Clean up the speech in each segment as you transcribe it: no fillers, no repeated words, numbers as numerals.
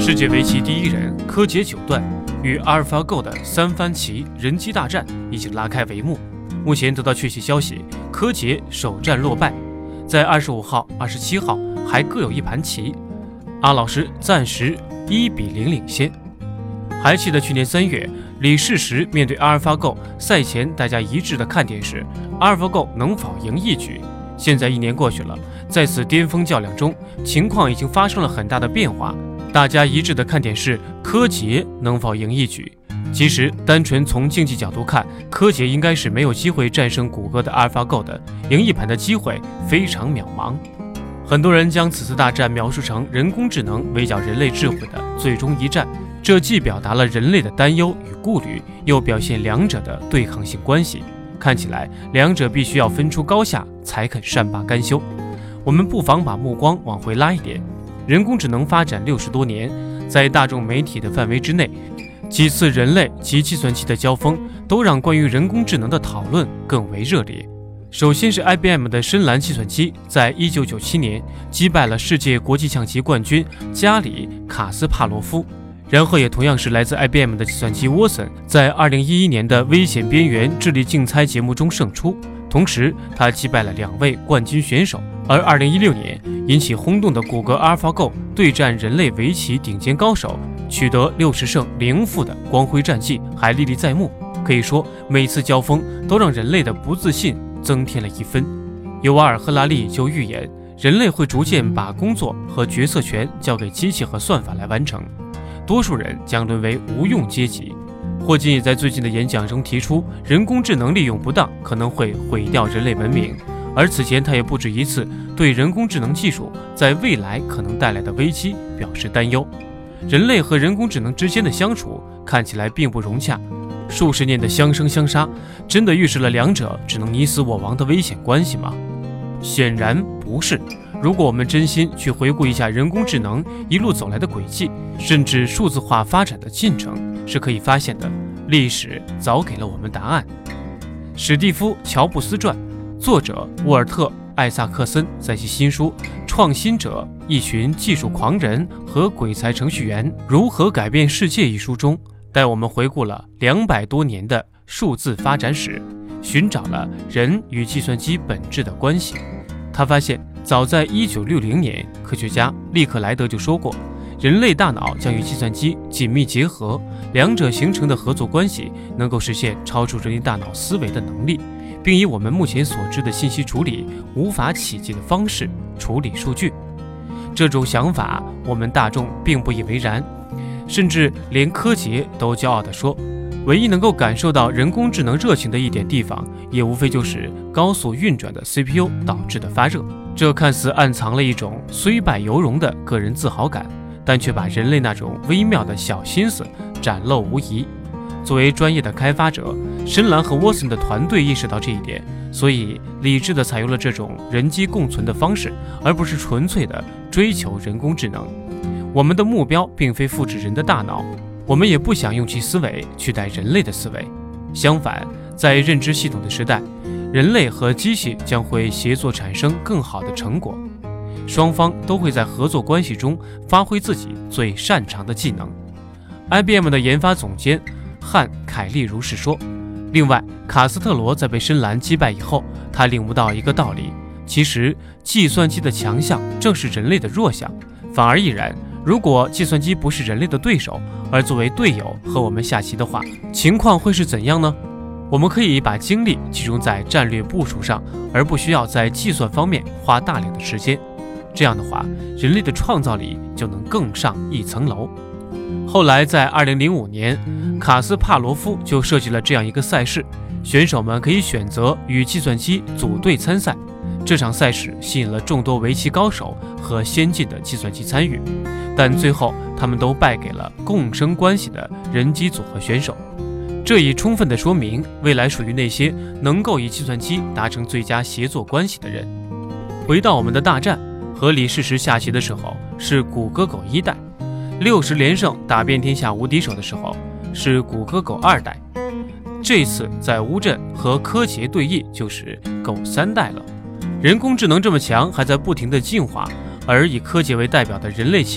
世界围棋第一人柯洁九段与阿尔法狗的三番棋人机大战已经拉开帷幕。目前得到确切消息，柯洁首战落败，在25号、27号还各有一盘棋，阿老师暂时1比0领先。还记得去年3月，李世石面对阿尔法狗赛前大家一致的看点是阿尔法狗能否赢一局。现在1年过去了，在此巅峰较量中，情况已经发生了很大的变化。大家一致的看点是柯洁能否赢一局。其实单纯从竞技角度看，柯洁应该是没有机会战胜谷歌的阿尔法狗的，赢一盘的机会非常渺茫。很多人将此次大战描述成人工智能围剿人类智慧的最终一战，这既表达了人类的担忧与顾虑，又表现两者的对抗性关系。看起来两者必须要分出高下才肯善罢甘休。我们不妨把目光往回拉一点，人工智能发展60多年，在大众媒体的范围之内，几次人类及计算机的交锋都让关于人工智能的讨论更为热烈。首先是 IBM 的深蓝计算机在1997年击败了世界国际象棋冠军加里卡斯帕罗夫，然后也同样是来自 IBM 的计算机沃森在2011年的危险边缘智力竞猜节目中胜出，同时他击败了2位冠军选手。而2016年引起轰动的谷歌 AlphaGo 对战人类围棋顶尖高手，取得60胜0负的光辉战绩还历历在目。可以说每次交锋都让人类的不自信增添了1分。尤瓦尔·赫拉利就预言，人类会逐渐把工作和决策权交给机器和算法来完成，多数人将沦为无用阶级。霍金也在最近的演讲中提出，人工智能利用不当可能会毁掉人类文明。而此前他也不止一次对人工智能技术在未来可能带来的危机表示担忧。人类和人工智能之间的相处看起来并不融洽，数十年的相生相杀，真的预示了两者只能你死我亡的危险关系吗？显然不是。如果我们真心去回顾一下人工智能一路走来的轨迹，甚至数字化发展的进程，是可以发现的，历史早给了我们答案。史蒂夫·乔布斯传，作者沃尔特·艾萨克森在其新书《创新者：一群技术狂人和鬼才程序员如何改变世界》一书中，带我们回顾了200多年的数字发展史，寻找了人与计算机本质的关系。他发现，早在1960年，科学家利克莱德就说过，人类大脑将与计算机紧密结合，两者形成的合作关系能够实现超出人类大脑思维的能力，并以我们目前所知的信息处理无法企及的方式处理数据。这种想法我们大众并不以为然，甚至连柯洁都骄傲地说，唯一能够感受到人工智能热情的一点地方，也无非就是高速运转的 CPU 导致的发热。这看似暗藏了一种虽败犹荣的个人自豪感，但却把人类那种微妙的小心思展露无遗。作为专业的开发者，深蓝和沃森的团队意识到这一点，所以理智地采用了这种人机共存的方式，而不是纯粹地追求人工智能。我们的目标并非复制人的大脑，我们也不想用其思维取代人类的思维。相反，在认知系统的时代，人类和机器将会协作产生更好的成果，双方都会在合作关系中发挥自己最擅长的技能。IBM 的研发总监汉·凯利如是说。另外，卡斯特罗在被深蓝击败以后，他领悟到一个道理，其实计算机的强项正是人类的弱项，反而亦然。如果计算机不是人类的对手，而作为队友和我们下棋的话，情况会是怎样呢？我们可以把精力集中在战略部署上，而不需要在计算方面花大量的时间。这样的话，人类的创造力就能更上一层楼。后来在2005年，卡斯帕罗夫就设计了这样一个赛事，选手们可以选择与计算机组队参赛。这场赛事吸引了众多围棋高手和先进的计算机参与，但最后他们都败给了共生关系的人机组合选手。这已充分地说明，未来属于那些能够与计算机达成最佳协作关系的人。回到我们的大战，和李世石下棋的时候是谷歌狗1代，60连胜打遍天下无敌手的时候是谷歌狗2代，这次在乌镇和柯洁对弈就是狗3代了。人工智能这么强，还在不停地进化，而以柯洁为代表的人类棋手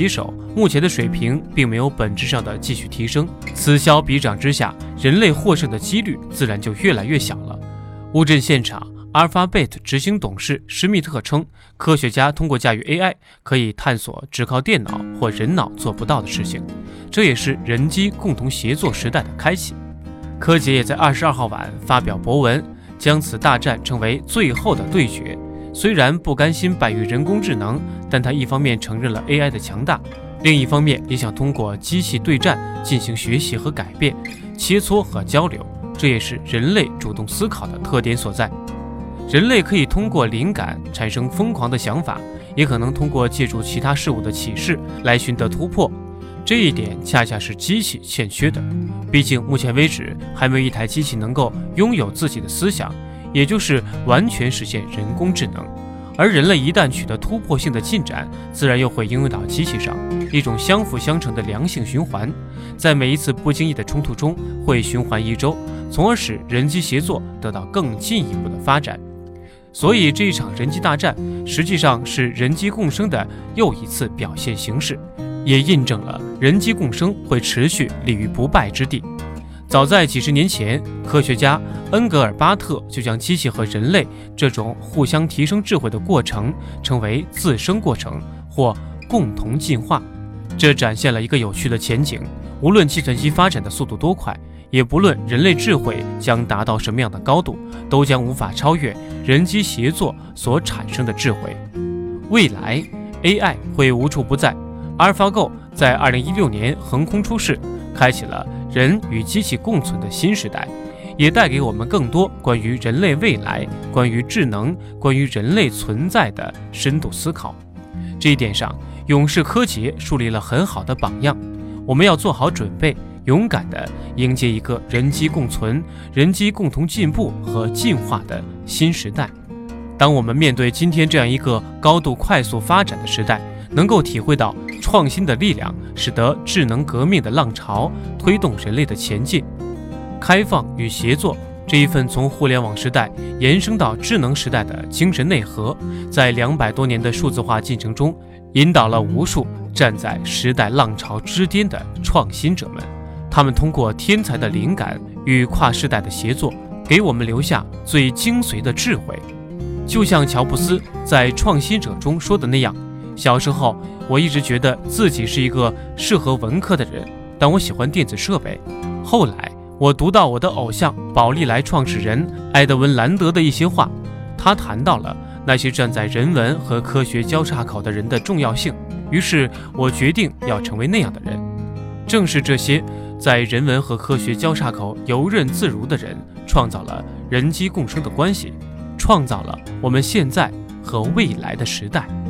目前的水平并没有本质上的继续提升，此消彼长之下，人类获胜的几率自然就越来越小了。乌镇现场，Alphabet 执行董事施密特称，科学家通过驾驭 AI 可以探索只靠电脑或人脑做不到的事情，这也是人机共同协作时代的开启。柯洁也在22号晚发表博文，将此大战称为最后的对决。虽然不甘心败于人工智能，但他一方面承认了 AI 的强大，另一方面也想通过机器对战进行学习和改变、切磋和交流，这也是人类主动思考的特点所在。人类可以通过灵感产生疯狂的想法，也可能通过借助其他事物的启示来寻得突破，这一点恰恰是机器欠缺的。毕竟目前为止还没有一台机器能够拥有自己的思想，也就是完全实现人工智能。而人类一旦取得突破性的进展，自然又会应用到机器上，一种相辅相成的良性循环，在每一次不经意的冲突中会循环一周，从而使人机协作得到更进一步的发展。所以这一场人机大战实际上是人机共生的又一次表现形式，也印证了人机共生会持续立于不败之地。早在几十年前，科学家恩格尔巴特就将机器和人类这种互相提升智慧的过程称为自生过程或共同进化。这展现了一个有趣的前景，无论计算机发展的速度多快，也不论人类智慧将达到什么样的高度，都将无法超越人机协作所产生的智慧。未来 AI 会无处不在。AlphaGo 在2016年横空出世，开启了人与机器共存的新时代，也带给我们更多关于人类未来、关于智能、关于人类存在的深度思考。这一点上，勇士柯洁树立了很好的榜样。我们要做好准备，勇敢地迎接一个人机共存、人机共同进步和进化的新时代。当我们面对今天这样一个高度快速发展的时代，能够体会到创新的力量，使得智能革命的浪潮推动人类的前进。开放与协作这一份从互联网时代延伸到智能时代的精神内核，在200多年的数字化进程中，引导了无数站在时代浪潮之巅的创新者们。他们通过天才的灵感与跨世代的协作，给我们留下最精髓的智慧。就像乔布斯在《创新者》中说的那样，小时候我一直觉得自己是一个适合文科的人，但我喜欢电子设备。后来我读到我的偶像宝丽来创始人埃德温·兰德的一些话，他谈到了那些站在人文和科学交叉口的人的重要性，于是我决定要成为那样的人。正是这些在人文和科学交叉口游刃自如的人，创造了人机共生的关系，创造了我们现在和未来的时代。